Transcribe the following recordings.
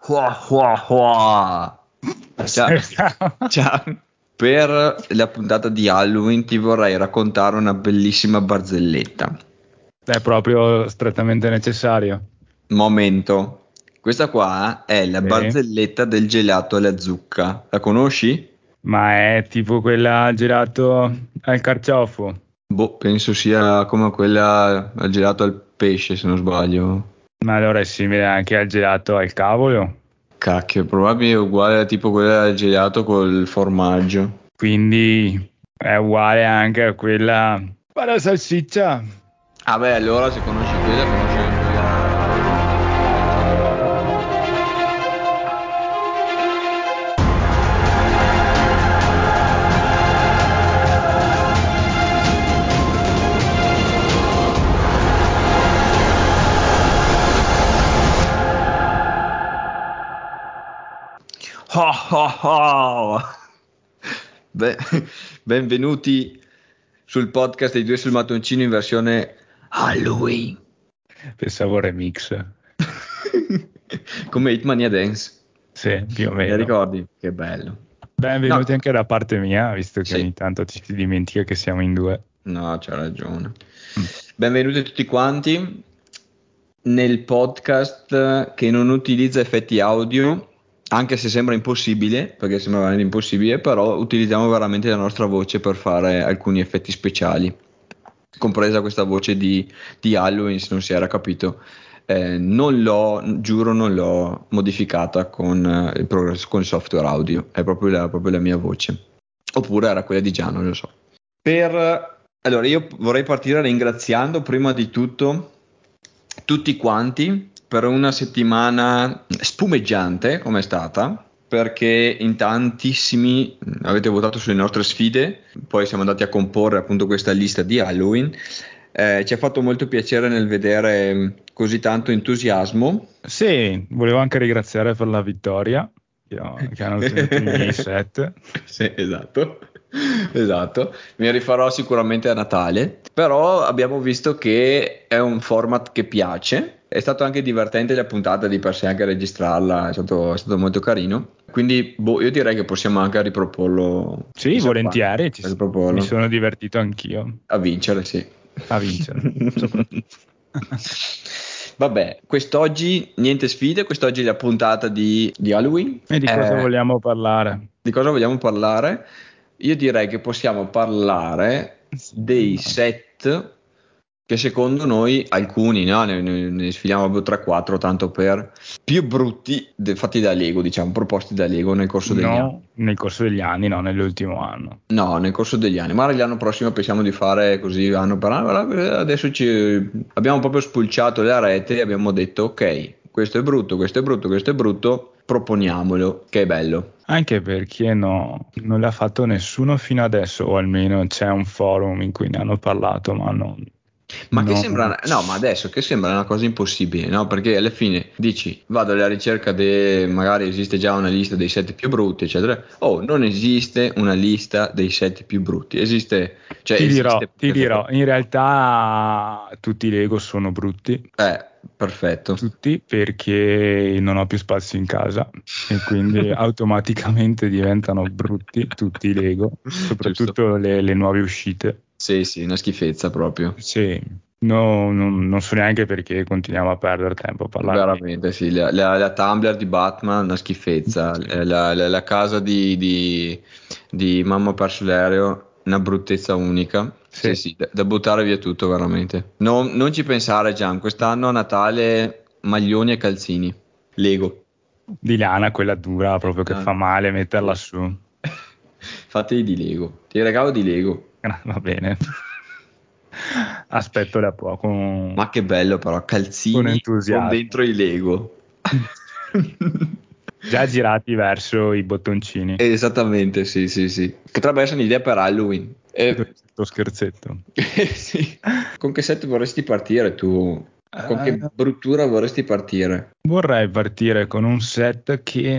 Hua, hua, hua. Ciao. Ciao. Per la puntata di Halloween ti vorrei raccontare una bellissima barzelletta. È proprio strettamente necessario. Momento. Questa qua è la Sì. barzelletta del gelato alla zucca. La conosci? Ma è tipo quella gelato al carciofo. Boh, penso sia come quella al gelato al pesce, se non sbaglio. Ma allora è simile anche al gelato al cavolo. Cacchio, probabile è uguale a tipo quella al gelato col formaggio. Quindi è uguale anche a quella alla salsiccia. Ah beh, allora se conosci quella, conosci anche quella. Oh, oh, oh. Beh, benvenuti sul podcast dei due sul mattoncino in versione Halloween. Pensavo remix. Come Hitmania Dance. Sì, più o Te meno. ricordi? Che bello. Benvenuti No, anche da parte mia, visto che sì, ogni tanto ci si dimentica che siamo in due. no, c'ha ragione. Mm. Benvenuti tutti quanti nel podcast che non utilizza effetti audio, anche se sembra impossibile, perché sembra veramente impossibile, però utilizziamo veramente la nostra voce per fare alcuni effetti speciali, compresa questa voce di Halloween, se non si era capito. Giuro, non l'ho modificata con con il software audio, è proprio la mia voce. Oppure era quella di Giano, non lo so. Allora, io vorrei partire ringraziando prima di tutto tutti quanti per una settimana spumeggiante come è stata, perché in tantissimi avete votato sulle nostre sfide, poi siamo andati a comporre appunto questa lista di Halloween. Ci ha fatto molto piacere nel vedere così tanto entusiasmo. Sì, volevo anche ringraziare per la vittoria che hanno ottenuto i miei set. Sì, esatto. Esatto, mi rifarò sicuramente a Natale, però abbiamo visto che è un format che piace. È stato anche divertente la puntata di per sé, anche registrarla, è stato molto carino. Quindi io direi che possiamo anche riproporlo. Sì, Chissà quando, volentieri, mi riproporlo. sono divertito anch'io A vincere, sì. a vincere, soprattutto. Vabbè, quest'oggi niente sfide, quest'oggi è la puntata di Halloween. E di cosa vogliamo parlare? Di cosa vogliamo parlare? Io direi che possiamo parlare Sì, dei no. set che secondo noi, alcuni, no? Ne sfiliamo proprio 3-4, tanto per più brutti, fatti da Lego, diciamo, proposti da Lego nel corso degli anni. No, nel corso degli anni, no, nell'ultimo anno. No, nel corso degli anni, magari l'anno prossimo pensiamo di fare così anno per anno. Adesso abbiamo proprio spulciato la rete e abbiamo detto ok, questo è brutto, questo è brutto, questo è brutto, proponiamolo, che è bello. Anche perché no, non l'ha fatto nessuno fino adesso, o almeno c'è un forum in cui ne hanno parlato, ma non, Ma che non- sembra, no, ma adesso che sembra una cosa impossibile, no? Perché alla fine dici, vado alla ricerca magari esiste già una lista dei set più brutti, eccetera. Oh, non esiste una lista dei set più brutti, cioè esiste Ti perché dirò, in realtà tutti i Lego sono brutti, perfetto. tutti perché non ho più spazio in casa e quindi automaticamente diventano brutti tutti i Lego, Giusto. soprattutto le nuove uscite. Sì, sì, una schifezza proprio. Sì, non so neanche perché continuiamo a perdere tempo a parlarne. Veramente, sì. La Tumblr di Batman, una schifezza. Sì. La casa di Mamma ha perso l'aereo, una bruttezza unica. Sì, Sì, sì, da buttare via tutto, veramente. Non ci pensare, Gian. Quest'anno a Natale maglioni e calzini. Lego. di lana, quella dura, proprio che Ah, fa male metterla sì. su. Fateli di Lego. Ti regalo di Lego. Va bene. Aspetto da poco Ma che bello però, con calzini con entusiasmo. dentro i Lego. Già girati verso i bottoncini. Esattamente, sì, sì, sì. Potrebbe essere un'idea per Halloween. Sto scherzetto. Sì. Con che set vorresti partire tu? Con che Eh, bruttura vorresti partire? Vorrei partire con un set che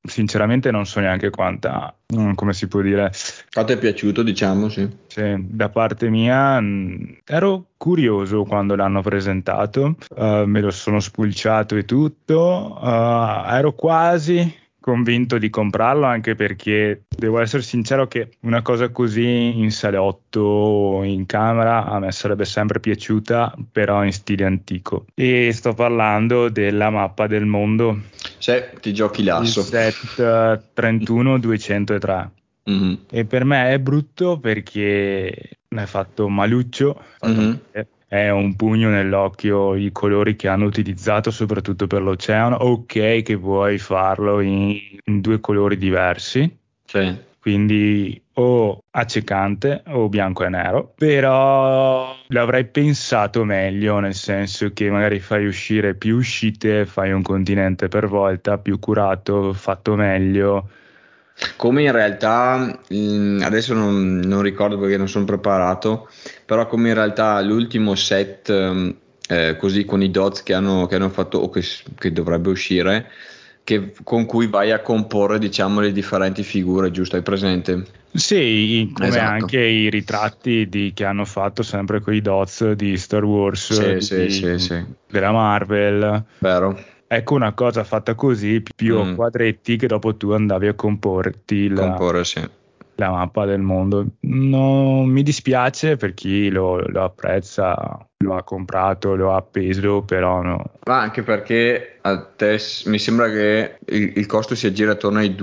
sinceramente non so neanche quanta, come si può dire. Quanto è piaciuto, diciamo, sì. Sì, da parte mia ero curioso quando l'hanno presentato, me lo sono spulciato e tutto, ero quasi convinto di comprarlo, anche perché devo essere sincero che una cosa così in salotto o in camera a me sarebbe sempre piaciuta, però in stile antico. E sto parlando della mappa del mondo, Se ti giochi il l'asso. set 31203. Mhm. E per me è brutto perché è fatto maluccio, fatto Mhm. male. È un pugno nell'occhio i colori che hanno utilizzato, soprattutto per l'oceano. Ok, che vuoi farlo in due colori diversi, Sì. quindi o accecante o bianco e nero, però l'avrei pensato meglio, nel senso che magari fai uscire più uscite, fai un continente per volta, più curato, fatto meglio. Come in realtà, adesso non ricordo perché non sono preparato, però come in realtà l'ultimo set, così con i dots che hanno fatto o che dovrebbe uscire, con cui vai a comporre, diciamo, le differenti figure, giusto? Hai presente? Sì, come Esatto. anche i ritratti che hanno fatto sempre con i dots di Star Wars, Sì, sì, sì, sì, della Marvel. vero. Ecco, una cosa fatta così, più a Mm, quadretti, che dopo tu andavi a comporti comporre, sì. la mappa del mondo. Non mi dispiace per chi lo apprezza, lo ha comprato, lo ha appeso, però no. Ma anche perché a te mi sembra che il costo si aggira attorno ai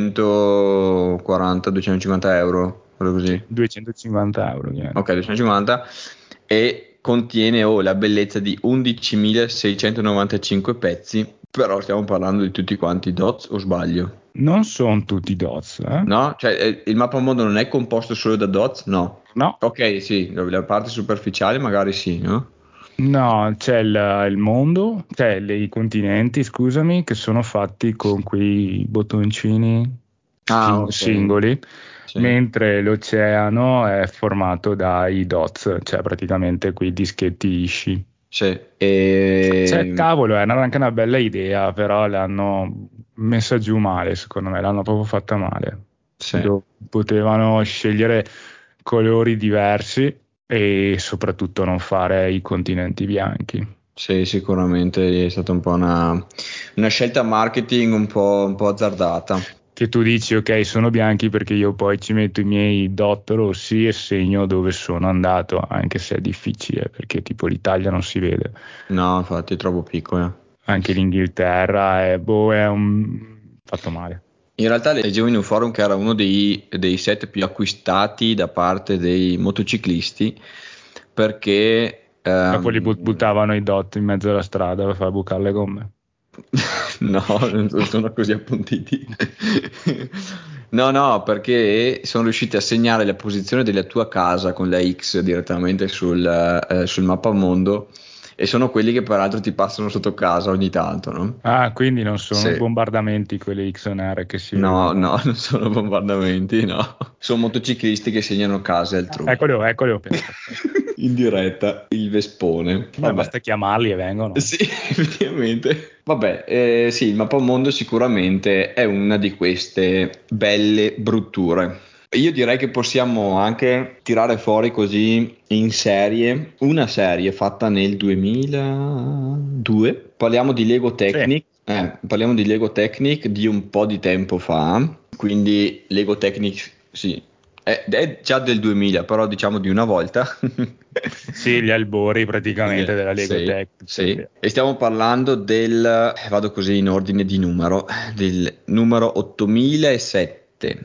240-250 euro, quello Sì, così. 250 euro. Ok, 250 e contiene la bellezza di 11.695 pezzi, però stiamo parlando di tutti quanti dots o sbaglio? Non sono tutti dots, eh? No? Cioè il mappamondo non è composto solo da dots? No. No. Ok, sì, la parte superficiale magari sì, no? No, c'è il mondo, cioè i continenti, scusami, che sono fatti con quei bottoncini Ah, ok. singoli, Sì, mentre l'oceano è formato dai dots, cioè praticamente quei dischetti isci. sì. Cioè, cavolo, era anche una bella idea, però l'hanno messa giù male, secondo me, l'hanno proprio fatta male. Sì. Potevano scegliere colori diversi e soprattutto non fare i continenti bianchi. Sì, sicuramente è stata un po' una scelta marketing un po' azzardata. Che tu dici, ok, sono bianchi perché io poi ci metto i miei dot rossi e segno dove sono andato, anche se è difficile, perché tipo l'Italia non si vede. No, infatti è troppo piccola. Anche l'Inghilterra è un fatto male. In realtà leggevo in un forum che era uno dei set più acquistati da parte dei motociclisti perché Dopo li buttavano i dot in mezzo alla strada per far bucare le gomme. no, non sono così appuntiti. No, no, perché sono riusciti a segnare la posizione della tua casa con la X direttamente sul mappamondo e sono quelli che peraltro ti passano sotto casa ogni tanto, no? Ah, quindi non sono i Sì. bombardamenti quelli XNR che si No, no, vedono. non sono bombardamenti, no. Sono motociclisti che segnano case altrui. Eccoli, perfetto. In diretta, il Vespone. Beh, Vabbè. basta chiamarli e vengono. Sì, effettivamente. Vabbè, sì, il mappamondo sicuramente è una di queste belle brutture. Io direi che possiamo anche tirare fuori così in serie una serie fatta nel 2002. Parliamo di Lego Sì, Technic. Parliamo di Lego Technic di un po' di tempo fa. Quindi Lego Technic, sì, è già del 2000, però diciamo di una volta. sì, gli albori praticamente della Lego Sì, Tech. Sì. sì. E stiamo parlando vado così in ordine di numero, del numero 8007,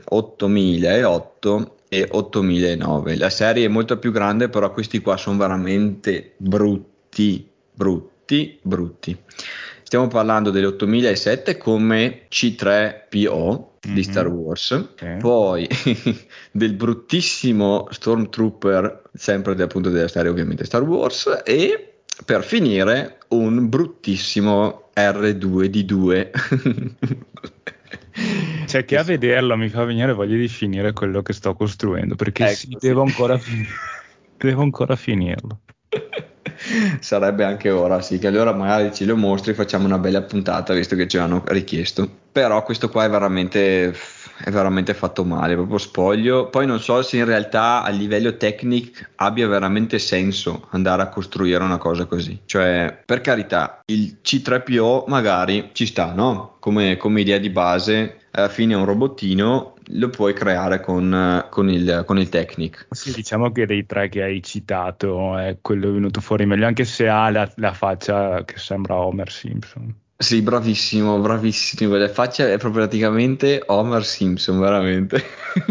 8008 e 8009. La serie è molto più grande, però questi qua sono veramente brutti, brutti, brutti. Stiamo parlando dell'8007 come C3PO di Star Mhm, Wars, sì. poi del bruttissimo Stormtrooper, sempre appunto della serie ovviamente Star Wars, e per finire un bruttissimo R2D2. Cioè, che Che a so- vederlo mi fa venire voglia di finire quello che sto costruendo, perché sì, Ecco, sì. devo ancora finirlo. Sarebbe anche ora, sì, che allora magari ci lo mostri e facciamo una bella puntata, visto che ce l'hanno richiesto. Però questo qua è veramente fatto male, proprio spoglio. Poi non so se in realtà a livello tecnico abbia veramente senso andare a costruire una cosa così. Cioè, per carità, il C3PO magari ci sta, no? Come idea di base, alla fine è un robottino, lo puoi creare con il Technic. Sì, diciamo che dei tre che hai citato è quello venuto fuori meglio, anche se ha la faccia che sembra Homer Simpson. Sì, bravissimo, bravissimo. La faccia è proprio praticamente Homer Simpson, veramente.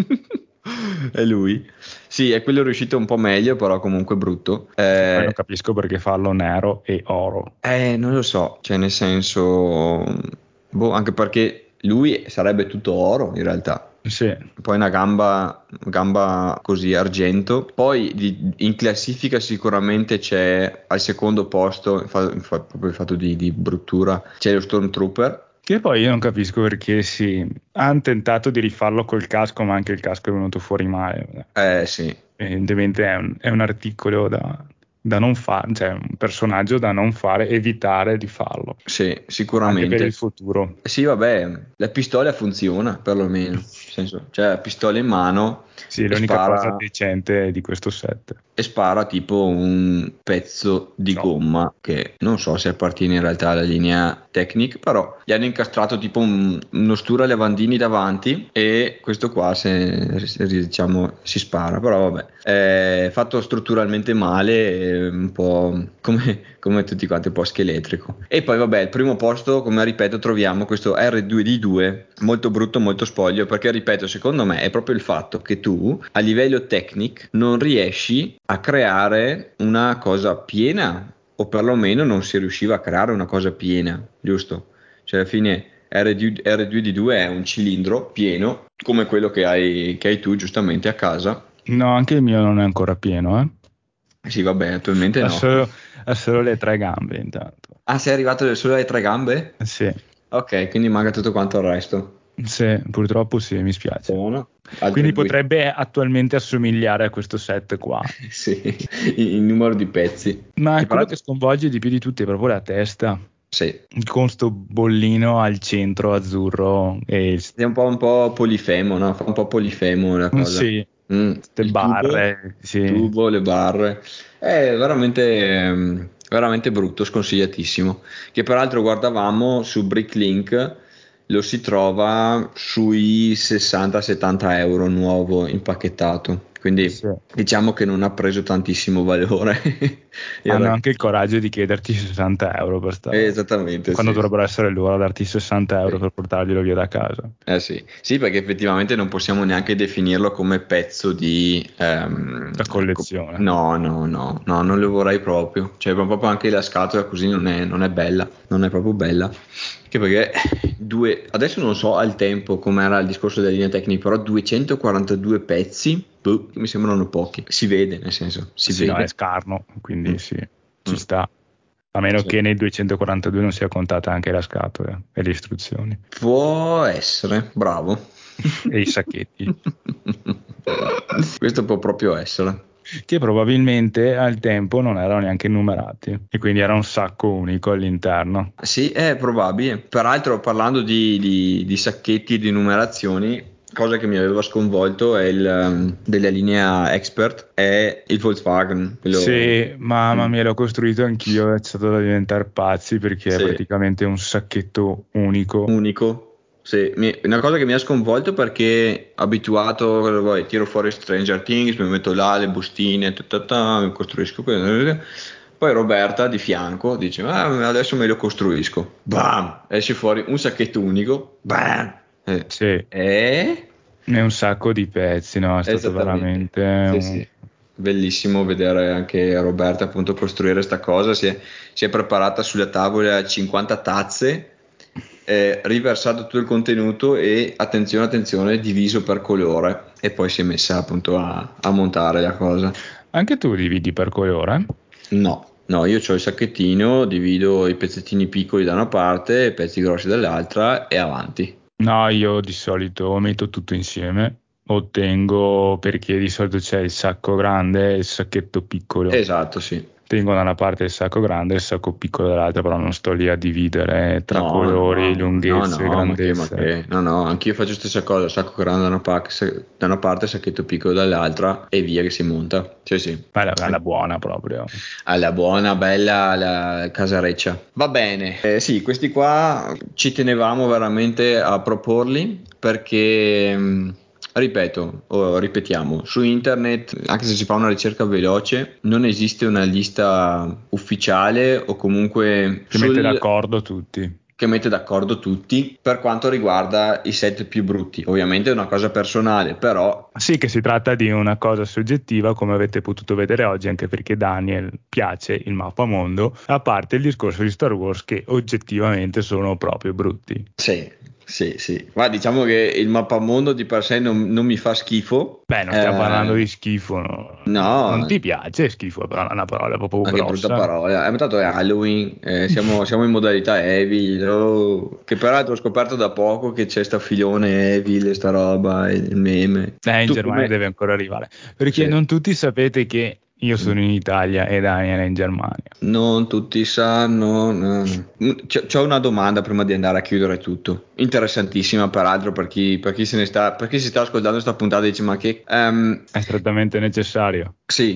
È lui. Sì, è quello riuscito un po' meglio, però comunque brutto. Che poi non capisco perché farlo nero e oro. Non lo so, cioè nel senso, boh, anche perché lui sarebbe tutto oro in realtà. Sì, Poi una gamba così argento. Poi in classifica sicuramente c'è al secondo posto, proprio il fatto di bruttura, c'è lo Stormtrooper. che poi io non capisco perché hanno tentato di rifarlo col casco, ma anche il casco è venuto fuori male. Sì. Evidentemente è un articolo da non fare, cioè un personaggio da non fare, evitare di farlo, Sì, anche per il sicuramente. futuro. Sì, vabbè, la pistola funziona perlomeno, nel senso, cioè la pistola in mano Sì, è e l'unica cosa spara, decente di questo set. e spara tipo un pezzo di No. gomma che non so se appartiene in realtà alla linea Technic, però gli hanno incastrato tipo uno stura lavandini davanti e questo qua se diciamo si spara, però vabbè, è fatto strutturalmente male, è un po' come tutti quanti, un po' scheletrico. E poi vabbè, al primo posto, come ripeto, troviamo questo R2D2 molto brutto, molto spoglio, perché ripeto, secondo me è proprio il fatto che tu a livello tecnico non riesci a creare una cosa piena, o perlomeno non si riusciva a creare una cosa piena, giusto? Cioè alla fine R2D2 è un cilindro pieno, come quello che hai tu giustamente a casa. No, anche il mio non è ancora pieno, eh. Sì, vabbè, attualmente Ha no. solo, ha solo le tre gambe intanto. Ah, sei arrivato solo alle tre gambe? Sì, Ok, quindi manca tutto quanto il resto. sì, purtroppo sì, mi spiace. Buono. Altre Quindi due. potrebbe attualmente assomigliare a questo set qua. Sì, il numero di pezzi. Ma Che quello peraltro, che sconvolge di più di tutti è proprio la testa, sì, con sto bollino al centro azzurro e è un po' polifemo, no? Fa un po' polifemo la cosa. sì, queste Il tubo, barre, sì. le barre. È veramente brutto, sconsigliatissimo. Che peraltro guardavamo su Bricklink, lo si trova sui 60-70 euro nuovo impacchettato. Quindi Sì. diciamo che non ha preso tantissimo valore. Il Hanno anche il ragazzino. coraggio di chiederti 60 euro per sta roba, Esattamente, quando sì, sì. dovrebbero essere loro a darti 60 euro Sì. per portarglielo via da casa. Sì. Sì, perché effettivamente non possiamo neanche definirlo come pezzo di... Da collezione. no, no, no, no, non lo vorrei proprio. Cioè, proprio anche la scatola così non è bella, non è proprio bella. Anche perché adesso non so al tempo com'era il discorso della linea tecnica, però 242 pezzi, boh, mi sembrano pochi. Si vede, nel senso, si Sì, no, è vede. scarno, Mm, quindi sì, ci mm, sta. A meno sì. che nei 242 non sia contata anche la scatola e le istruzioni Può essere, bravo. e i sacchetti, Questo può proprio essere. che probabilmente al tempo non erano neanche numerati e quindi era un sacco unico all'interno. Sì, è probabile. Peraltro, parlando di sacchetti e di numerazioni, cosa che mi aveva sconvolto è della linea Expert, è il Volkswagen, quello. Sì, mamma Mm. mia, l'ho costruito anch'io, è stato da diventare pazzi perché è Sì, praticamente un sacchetto unico. unico. Sì, una cosa che mi ha sconvolto perché abituato, tiro fuori Stranger Things, mi metto là le bustine, mi costruisco quello. Poi Roberta di fianco dice: "Ah, adesso me lo costruisco." Bam! Esce fuori un sacchetto unico. Bam! Sì, Eh? è un sacco di pezzi, no? È stato Esattamente. veramente Sì, sì. Bellissimo vedere anche Roberta appunto costruire sta cosa. Si è preparata sulla tavola 50 tazze, riversato tutto il contenuto e attenzione, attenzione, diviso per colore. E poi si è messa appunto a montare la cosa. Anche tu dividi per colore? No, no, io ho il sacchettino, divido i pezzettini piccoli da una parte e i pezzi grossi dall'altra e avanti. No, io di solito metto tutto insieme, ottengo perché di solito c'è il sacco grande e il sacchetto piccolo. Esatto, sì. tengo da una parte il sacco grande e il sacco piccolo dall'altra, però non sto lì a dividere tra colori, lunghezze, grandezze. No, anch'io faccio la stessa cosa, sacco grande da una parte, sacchetto piccolo dall'altra e via che si monta. Sì. Ma è la buona proprio. Alla buona, bella, la casareccia. Va bene. Sì, questi qua ci tenevamo veramente a proporli perché, ripeto, o ripetiamo, su internet, anche se si fa una ricerca veloce, non esiste una lista ufficiale o comunque Che mette d'accordo tutti per quanto riguarda i set più brutti. Ovviamente è una cosa personale, però Sì, che si tratta di una cosa soggettiva, come avete potuto vedere oggi, anche perché Daniel piace il mappamondo, a parte il discorso di Star Wars che oggettivamente sono proprio brutti. sì. Ma diciamo che il mappamondo di per sé non mi fa schifo. Beh, non stiamo parlando di schifo, no? Non No, ti piace schifo, è una parola proprio ma che brutta grossa. parola. Tanto è Halloween, siamo in modalità Evil, che peraltro ho scoperto da poco che c'è sta filone Evil, sta roba, il meme. In Tu Germania come? deve ancora arrivare, perché Sì. non tutti sapete che io sono in Italia e Daniel è in Germania. Non tutti sanno. No. C'ho una domanda prima di andare a chiudere tutto. Interessantissima, peraltro, per chi per chi si sta ascoltando questa puntata e dice: Ma che. È strettamente necessario.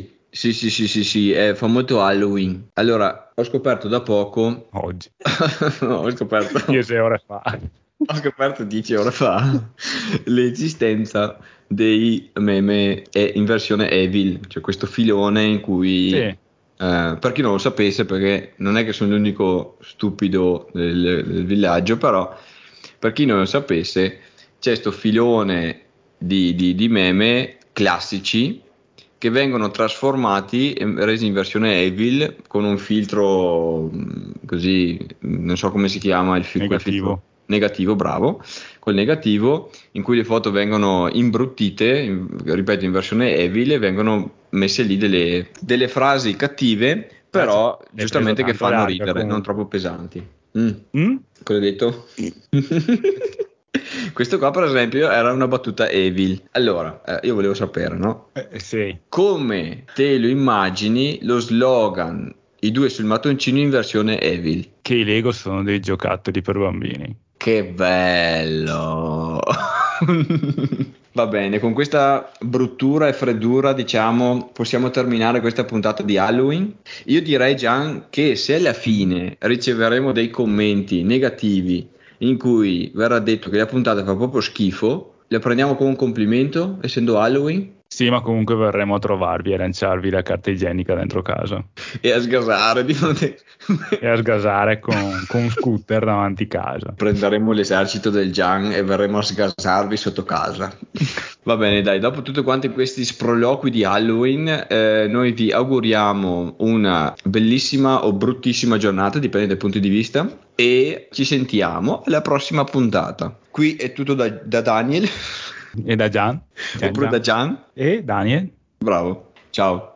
Sì, fa molto Halloween. Allora, ho scoperto da poco. Oggi, No, ho scoperto. 10 ore fa. Ho scoperto 10 ore fa l'esistenza dei meme in versione Evil, cioè questo filone in cui, Sì, per chi non lo sapesse, perché non è che sono l'unico stupido del villaggio, però per chi non lo sapesse c'è questo filone di meme classici che vengono trasformati e resi in versione Evil con un filtro così, non so come si chiama quel filtro negativo. negativo, bravo, col negativo in cui le foto vengono imbruttite, ripeto, in versione Evil e vengono messe lì delle frasi cattive, Cioè, però l'hai preso giustamente che tanto fanno larga ridere, non troppo comunque. pesanti. Mm? Cosa hai detto? Questo qua, per esempio, era una battuta Evil. Allora, io volevo sapere, no? Sì. Come te lo immagini lo slogan i due sul mattoncino in versione Evil? Che i Lego sono dei giocattoli per bambini. Che bello! Va bene, con questa bruttura e freddura, diciamo, possiamo terminare questa puntata di Halloween. Io direi, Gian, che se alla Mm. fine riceveremo dei commenti negativi in cui verrà detto che la puntata fa proprio schifo, la prendiamo come un complimento, essendo Halloween, Sì, ma comunque verremo a trovarvi e lanciarvi la carta igienica dentro casa e a sgasare di fronte. e a sgasare con scooter davanti casa. Prenderemo l'esercito del Gian e verremo a sgasarvi sotto casa. Va bene, dai, dopo tutti quanti questi sproloqui di Halloween, noi vi auguriamo una bellissima o bruttissima giornata, dipende dai punti di vista, e ci sentiamo alla prossima puntata. Qui è tutto da Daniel, E da Gian, oppure da Gian. e Daniel. Bravo, ciao.